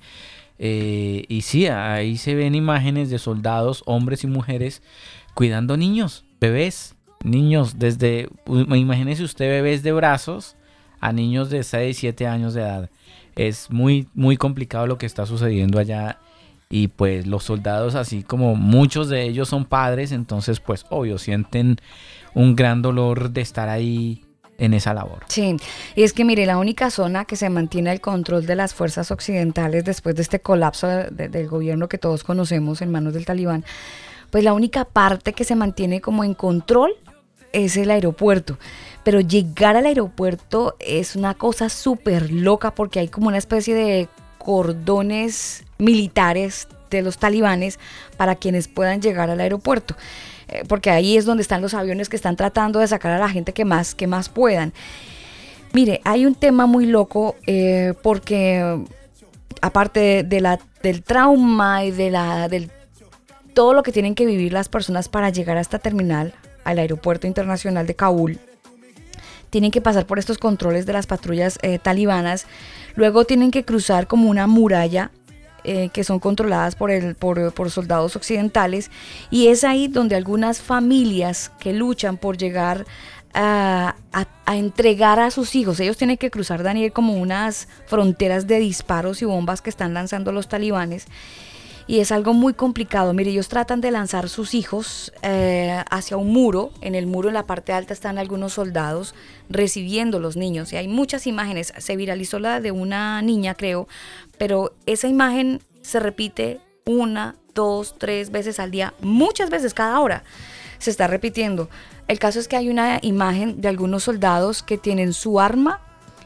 Y sí, ahí se ven imágenes de soldados, hombres y mujeres, cuidando niños, bebés, niños, imagínese usted bebés de brazos a niños de 6, 7 años de edad. Es muy, muy complicado lo que está sucediendo allá. Y pues los soldados, así como muchos de ellos son padres, entonces pues obvio sienten un gran dolor de estar ahí en esa labor. Sí, y es que mire, la única zona que se mantiene el control de las fuerzas occidentales después de este colapso del gobierno que todos conocemos en manos del Talibán, pues la única parte que se mantiene como en control es el aeropuerto. Pero llegar al aeropuerto es una cosa súper loca porque hay como una especie de cordones militares de los talibanes para quienes puedan llegar al aeropuerto, porque ahí es donde están los aviones que están tratando de sacar a la gente que más puedan. Mire, hay un tema muy loco porque aparte del trauma y del todo lo que tienen que vivir las personas para llegar a esta terminal, al aeropuerto internacional de Kabul, tienen que pasar por estos controles de las patrullas talibanas, luego tienen que cruzar como una muralla que son controladas por soldados occidentales, y es ahí donde algunas familias que luchan por llegar a entregar a sus hijos, ellos tienen que cruzar, Daniel, como unas fronteras de disparos y bombas que están lanzando los talibanes. Y es algo muy complicado. Mire, ellos tratan de lanzar sus hijos hacia un muro. En el muro, en la parte alta, están algunos soldados recibiendo los niños. Y hay muchas imágenes. Se viralizó la de una niña, creo. Pero esa imagen se repite 1, 2, 3 veces al día. Muchas veces cada hora se está repitiendo. El caso es que hay una imagen de algunos soldados que tienen su arma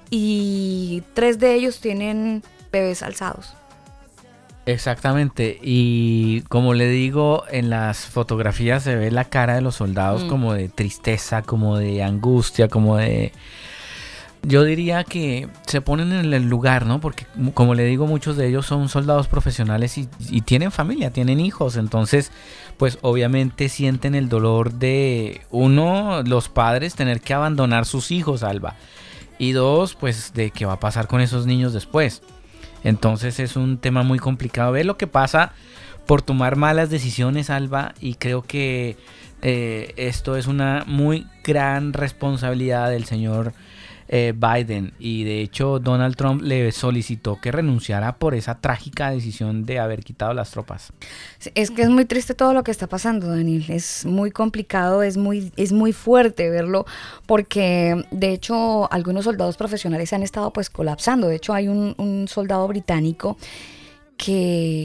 y 3 de ellos tienen bebés alzados. Exactamente, y como le digo, en las fotografías se ve la cara de los soldados como de tristeza, como de angustia, como de... Yo diría que se ponen en el lugar, ¿no? Porque como le digo, muchos de ellos son soldados profesionales y tienen familia, tienen hijos, entonces pues obviamente sienten el dolor de, uno, los padres tener que abandonar sus hijos, Alba, y 2, pues de qué va a pasar con esos niños después. Entonces es un tema muy complicado. Ver lo que pasa por tomar malas decisiones, Alba, y creo que esto es una muy gran responsabilidad del señor Biden, y de hecho Donald Trump le solicitó que renunciara por esa trágica decisión de haber quitado las tropas. Es que es muy triste todo lo que está pasando, Daniel, es muy complicado, es muy fuerte verlo, porque de hecho algunos soldados profesionales han estado pues colapsando. De hecho hay un soldado británico que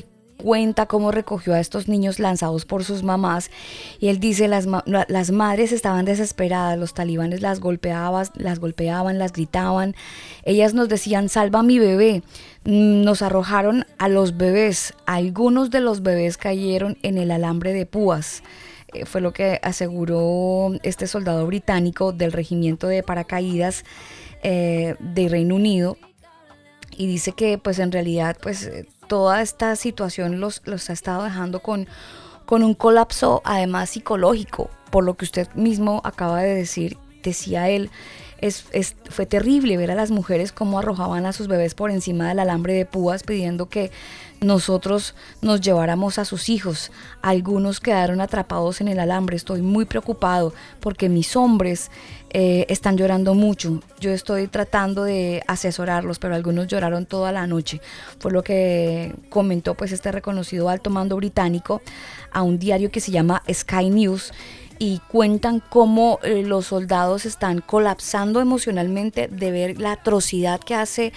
cuenta cómo recogió a estos niños lanzados por sus mamás y él dice las madres estaban desesperadas, los talibanes las golpeaban, las gritaban, ellas nos decían salva a mi bebé, nos arrojaron a los bebés, algunos de los bebés cayeron en el alambre de púas. Fue lo que aseguró este soldado británico del regimiento de paracaídas de Reino Unido, y dice que pues en realidad pues toda esta situación los ha estado dejando con un colapso además psicológico, por lo que usted mismo acaba de decir, decía él. Fue terrible ver a las mujeres cómo arrojaban a sus bebés por encima del alambre de púas pidiendo que nosotros nos lleváramos a sus hijos. Algunos quedaron atrapados en el alambre. Estoy muy preocupado porque mis hombres están llorando mucho. Yo estoy tratando de asesorarlos, pero algunos lloraron toda la noche. Fue lo que comentó pues este reconocido alto mando británico a un diario que se llama Sky News. Y cuentan cómo los soldados están colapsando emocionalmente de ver la atrocidad que hace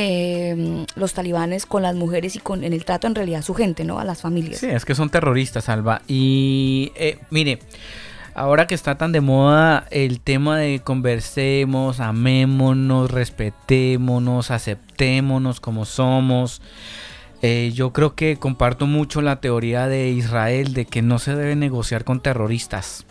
los talibanes con las mujeres y en el trato en realidad a su gente, ¿no? A las familias. Sí, es que son terroristas, Alba. Y mire, ahora que está tan de moda el tema de conversemos, amémonos, respetémonos, aceptémonos como somos. Yo creo que comparto mucho la teoría de Israel de que no se debe negociar con terroristas.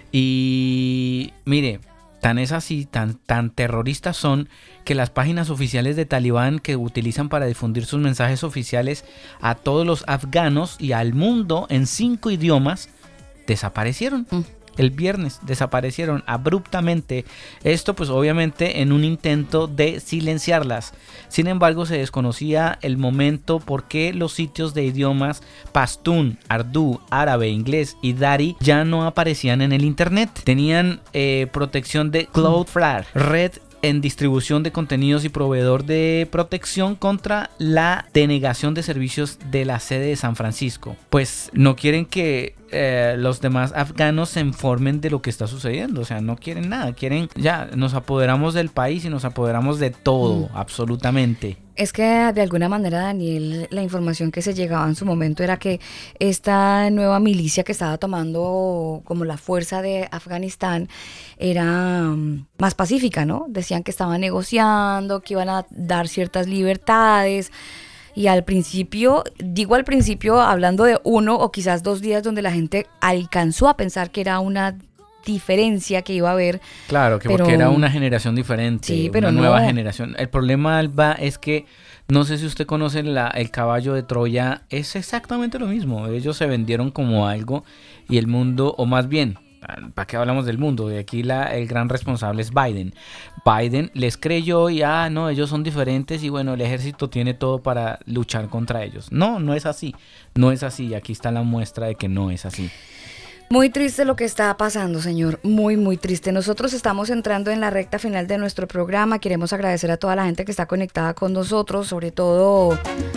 Y mire, tan es así, tan terroristas son que las páginas oficiales de Talibán que utilizan para difundir sus mensajes oficiales a todos los afganos y al mundo en 5 idiomas desaparecieron. El viernes desaparecieron abruptamente. Esto pues obviamente en un intento de silenciarlas. Sin embargo se desconocía el momento por qué los sitios de idiomas pastún, ardú, árabe, inglés y dari ya no aparecían en el internet. Tenían protección de Cloudflare, red en distribución de contenidos y proveedor de protección contra la denegación de servicios de la sede de San Francisco. Pues no quieren que los demás afganos se informen de lo que está sucediendo, o sea, no quieren nada, quieren ya, nos apoderamos del país y nos apoderamos de todo, absolutamente. Es que de alguna manera, Daniel, la información que se llegaba en su momento era que esta nueva milicia que estaba tomando como la fuerza de Afganistán era más pacífica, ¿no? Decían que estaban negociando, que iban a dar ciertas libertades. Y al principio, hablando de 1 o quizás 2 días donde la gente alcanzó a pensar que era una diferencia que iba a haber. Claro, porque era una generación diferente, sí, pero una nueva generación. El problema, Alba, es que no sé si usted conoce el caballo de Troya, es exactamente lo mismo. Ellos se vendieron como algo y el mundo, o más bien, ¿para qué hablamos del mundo? De aquí el gran responsable es Biden. Biden les creyó y no, ellos son diferentes y bueno, el ejército tiene todo para luchar contra ellos. No es así. No es así. Aquí está la muestra de que no es así. Muy triste lo que está pasando, señor. Muy, muy triste. Nosotros estamos entrando en la recta final de nuestro programa. Queremos agradecer a toda la gente que está conectada con nosotros, sobre todo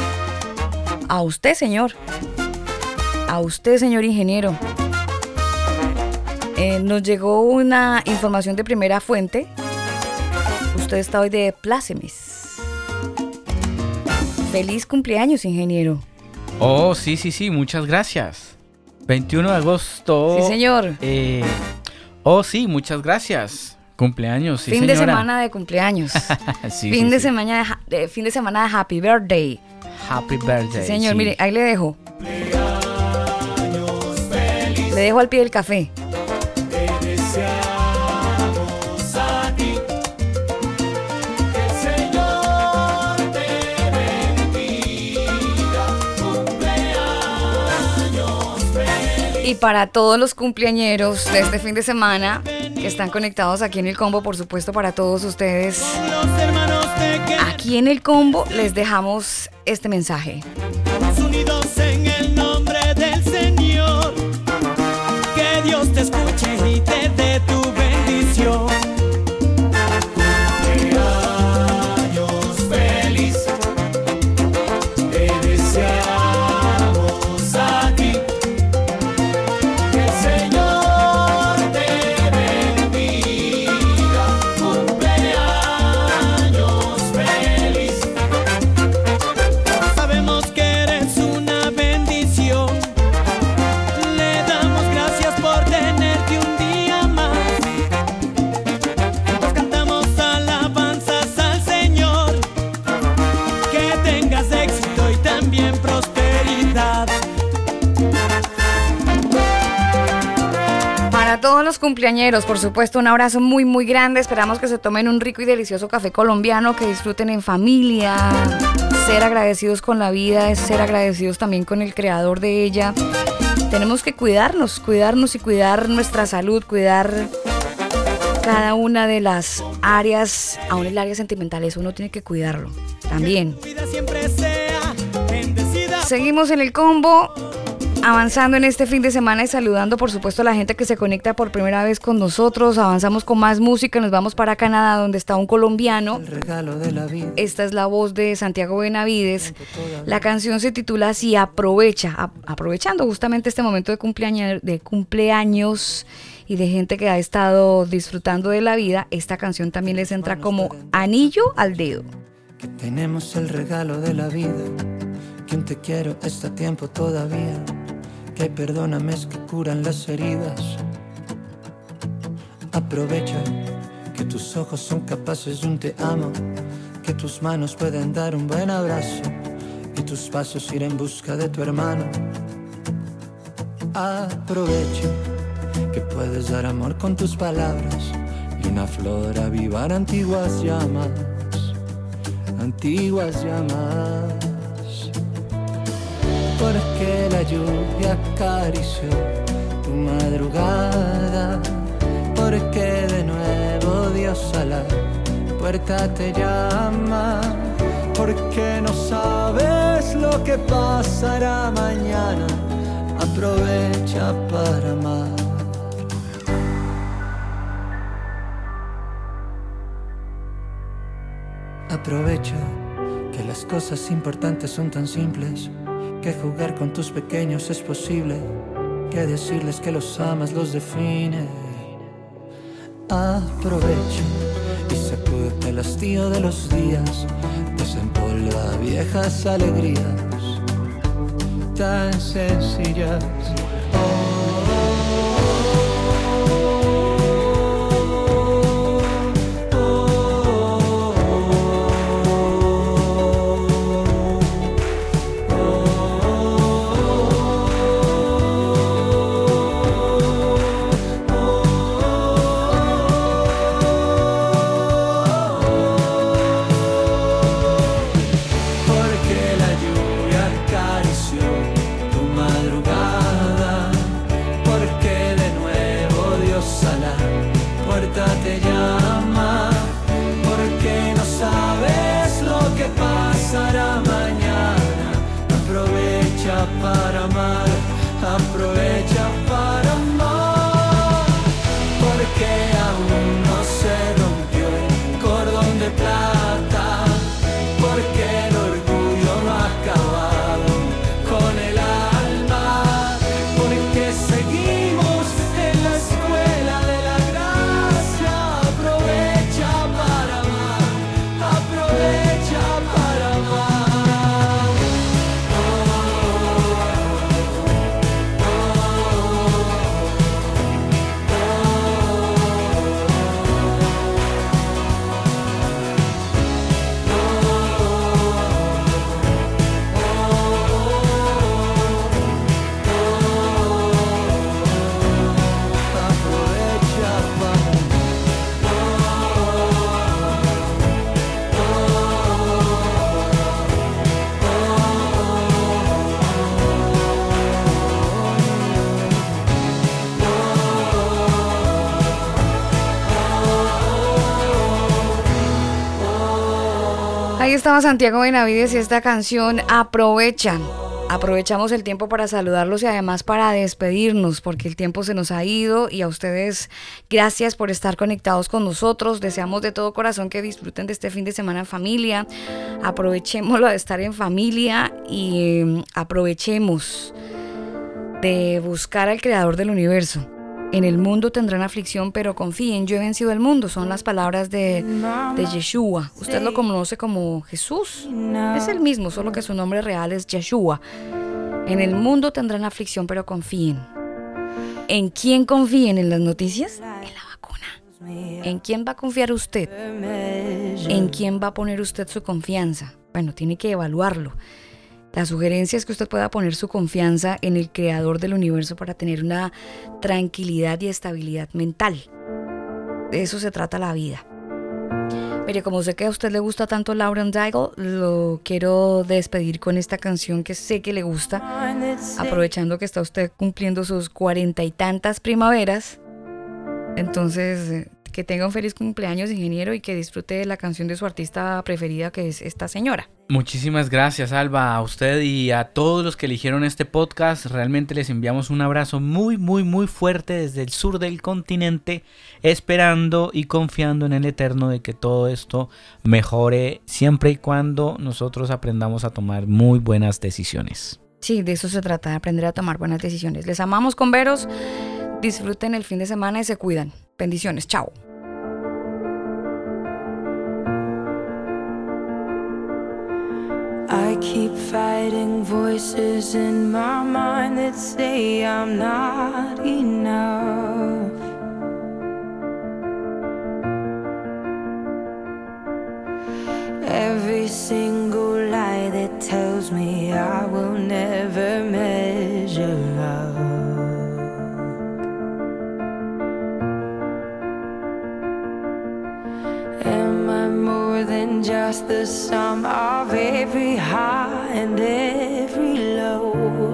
a usted, señor. A usted, señor ingeniero. Nos llegó una información de primera fuente. Usted está hoy de plácemes. Feliz cumpleaños, ingeniero. Oh, sí, muchas gracias. 21 de agosto. Sí, señor. Sí, muchas gracias. Cumpleaños, sí, fin señora. de semana de cumpleaños. Fin de semana de Happy Birthday. Happy Birthday. Sí, señor, mire, ahí le dejo. Le dejo al pie del café. Y para todos los cumpleañeros de este fin de semana que están conectados aquí en el Combo, por supuesto para todos ustedes, aquí en el Combo les dejamos este mensaje. Unidos en el nombre del Señor, que Dios te escuche y te dé tu bendición. Cumpleaños feliz, te deseamos a ti. Sabemos que eres una bendición. todos los cumpleañeros, por supuesto, un abrazo muy, muy grande. Esperamos que se tomen un rico y delicioso café colombiano, que disfruten en familia. Ser agradecidos con la vida es ser agradecidos también con el creador de ella. Tenemos que cuidarnos y cuidar nuestra salud, cuidar cada una de las áreas, aún el área sentimental, eso uno tiene que cuidarlo también. Seguimos en el combo, avanzando en este fin de semana y saludando por supuesto a la gente que se conecta por primera vez con nosotros. Avanzamos con más música, nos vamos para Canadá, donde está un colombiano. Esta es la voz de Santiago Benavides. La canción se titula así, Aprovecha, aprovechando justamente este momento de cumpleaños y de gente que ha estado disfrutando de la vida. Esta canción también les entra como anillo al dedo. Que tenemos el regalo de la vida, que un te quiero está a tiempo todavía, que hay perdónames que curan las heridas. Aprovecha que tus ojos son capaces de un te amo, que tus manos pueden dar un buen abrazo y tus pasos ir en busca de tu hermano. Aprovecha que puedes dar amor con tus palabras y una flor avivar antiguas llamas, antiguas llamas. Porque la lluvia acarició tu madrugada, porque de nuevo Dios a la puerta te llama, porque no sabes lo que pasará mañana. Aprovecha para amar. Aprovecha que las cosas importantes son tan simples, que jugar con tus pequeños es posible, que decirles que los amas los define. Aprovecha y sacúdete el hastío de los días, desempolva viejas alegrías tan sencillas. Para amar, aprovecha para amar, porque aún no se rompió el cordón de plata, porque el orgullo no ha acabado con el alma, porque seguimos en la escuela de la gracia. Aprovecha para amar, aprovecha para amar. Ahí estaba Santiago Benavides y esta canción Aprovecha. Aprovechamos el tiempo para saludarlos y además para despedirnos, porque el tiempo se nos ha ido, y a ustedes gracias por estar conectados con nosotros. Deseamos de todo corazón que disfruten de este fin de semana en familia. Aprovechémoslo de estar en familia y aprovechemos de buscar al creador del universo. En el mundo tendrán aflicción, pero confíen, yo he vencido el mundo. Son las palabras de Yeshua. Usted lo conoce como Jesús. Es el mismo, solo que su nombre real es Yeshua. En el mundo tendrán aflicción, pero confíen. ¿En quién confíen? ¿En las noticias? En la vacuna. ¿En quién va a confiar usted? ¿En quién va a poner usted su confianza? Bueno, tiene que evaluarlo. La sugerencia es que usted pueda poner su confianza en el creador del universo para tener una tranquilidad y estabilidad mental. De eso se trata la vida. Mire, como sé que a usted le gusta tanto Lauren Daigle, lo quiero despedir con esta canción que sé que le gusta, aprovechando que está usted cumpliendo sus 40 y tantas primaveras. Entonces, que tenga un feliz cumpleaños, ingeniero, y que disfrute de la canción de su artista preferida, que es esta señora. Muchísimas gracias, Alba, a usted y a todos los que eligieron este podcast. Realmente les enviamos un abrazo muy, muy, muy fuerte desde el sur del continente, esperando y confiando en el Eterno de que todo esto mejore siempre y cuando nosotros aprendamos a tomar muy buenas decisiones. Sí, de eso se trata, de aprender a tomar buenas decisiones. Les amamos, converos. Disfruten el fin de semana y se cuidan. Bendiciones, chao. I keep fighting voices in my mind that say I'm not enough. Every single lie that tells me I will never measure up. Am I more than just the sum of every high and every low?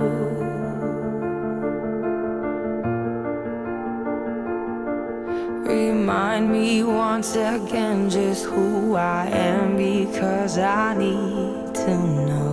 Remind me once again just who I am, because I need to know.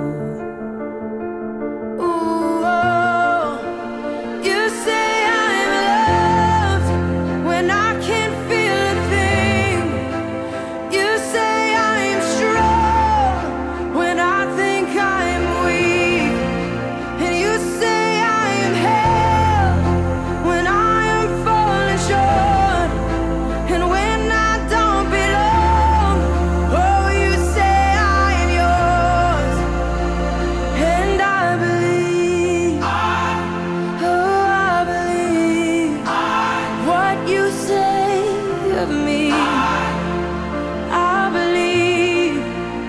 Ooh, oh, you say I'm loved when I can't feel a thing. You say I'm strong when I think I'm weak. And you say I am held when I am falling short. And when I don't belong, oh, you say I am yours. And I believe, oh, I believe what you say of me. I believe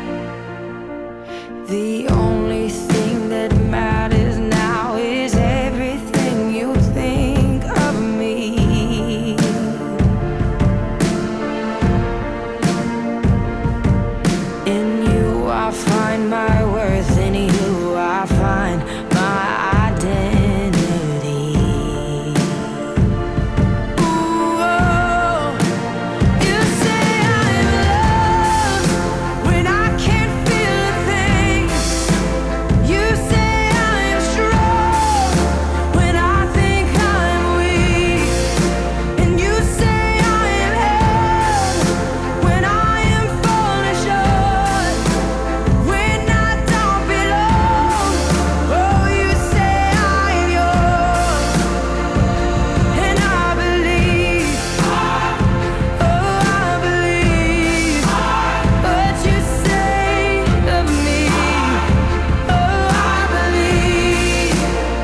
the only thing that matters now is everything you think of me. In you I find my worth, in you I find my identity. Ooh, oh, you say I'm loved when I can't feel a thing. You say I'm strong when I think I'm weak. And you say I am held when I am falling short. When I don't belong, oh, you say I am yours. And I believe, oh, I believe what you say of me. Oh, I believe.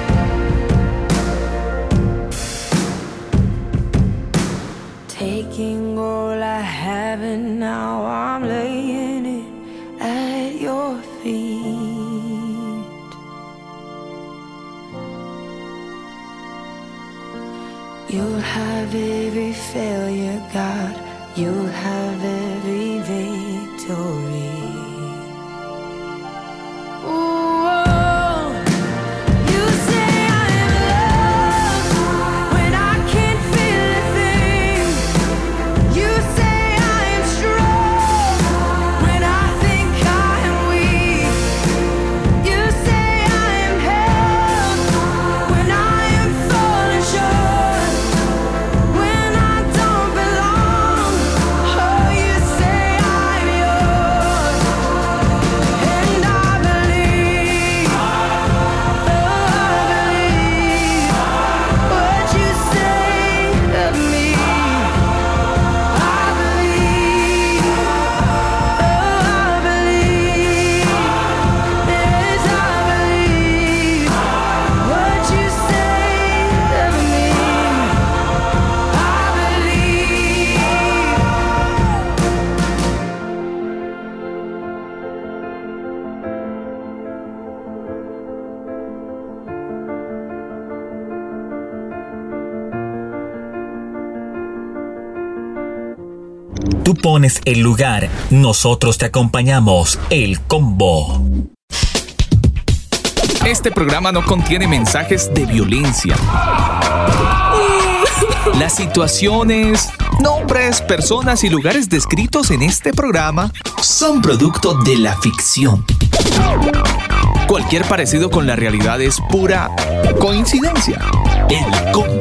Taking all I have and now I'm laying it at your feet. You'll have every failure, God. You'll have every victory. Ooh, oh, you say I am loved when I can't feel a thing. You say I am strong when I think I am weak. You say I am held when I am falling short. When I don't belong, oh, Tú pones el lugar, nosotros te acompañamos. El Combo. Este programa no contiene mensajes de violencia. Las situaciones, nombres, personas y lugares descritos en este programa son producto de la ficción. Cualquier parecido con la realidad es pura coincidencia. El Combo.